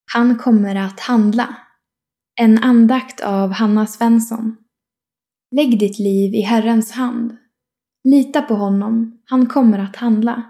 Han kommer att handla. En andakt av Hanna Svensson. Lägg ditt liv i Herrens hand. Lita på honom, han kommer att handla.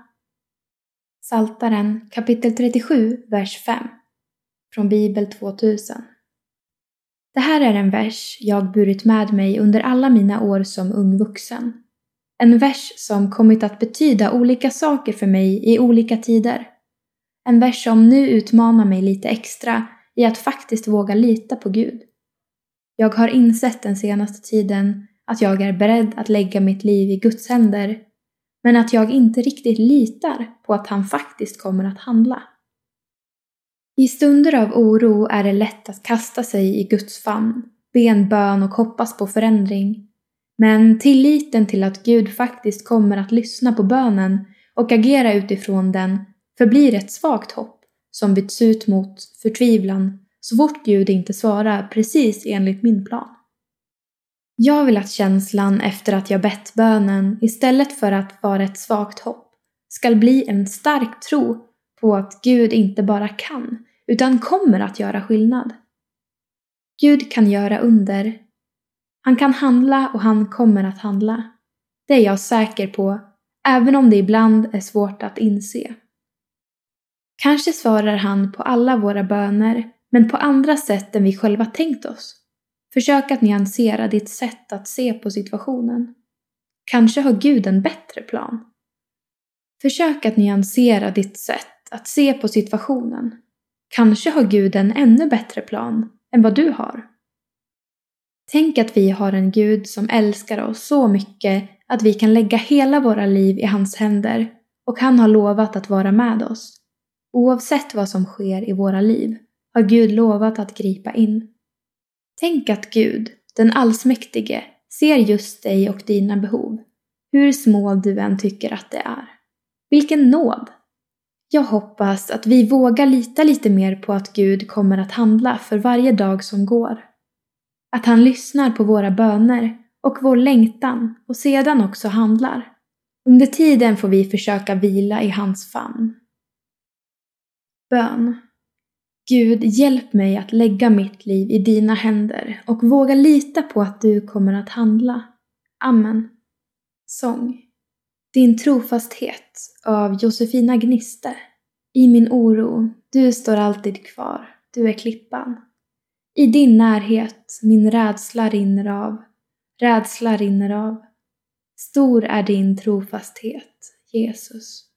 Psaltaren kapitel 37, vers 5. Från Bibel 2000. Det här är en vers jag burit med mig under alla mina år som ung vuxen. En vers som kommit att betyda olika saker för mig i olika tider. En vers som nu utmanar mig lite extra i att faktiskt våga lita på Gud. Jag har insett den senaste tiden att jag är beredd att lägga mitt liv i Guds händer, men att jag inte riktigt litar på att han faktiskt kommer att handla. I stunder av oro är det lätt att kasta sig i Guds famn, be en bön och hoppas på förändring. Men tilliten till att Gud faktiskt kommer att lyssna på bönen och agera utifrån den förblir ett svagt hopp som byts ut mot förtvivlan så fort Gud inte svarar precis enligt min plan. Jag vill att känslan efter att jag bett bönen istället för att vara ett svagt hopp ska bli en stark tro på att Gud inte bara kan utan kommer att göra skillnad. Gud kan göra under. Han kan handla och han kommer att handla. Det är jag säker på, även om det ibland är svårt att inse. Kanske svarar han på alla våra böner, men på andra sätt än vi själva tänkt oss. Försök att nyansera ditt sätt att se på situationen. Kanske har Gud en bättre plan. Försök att nyansera ditt sätt att se på situationen. Kanske har Gud en ännu bättre plan än vad du har. Tänk att vi har en Gud som älskar oss så mycket att vi kan lägga hela våra liv i hans händer och han har lovat att vara med oss. Oavsett vad som sker i våra liv har Gud lovat att gripa in. Tänk att Gud, den allsmäktige, ser just dig och dina behov, hur små du än tycker att det är. Vilken nåd! Jag hoppas att vi vågar lita lite mer på att Gud kommer att handla för varje dag som går. Att han lyssnar på våra böner och vår längtan och sedan också handlar. Under tiden får vi försöka vila i hans famn. Bön. Gud, hjälp mig att lägga mitt liv i dina händer och våga lita på att du kommer att handla. Amen. Sång. Din trofasthet av Josefina Gniste. I min oro, du står alltid kvar, du är klippan. I din närhet min rädsla rinner av. Stor är din trofasthet, Jesus.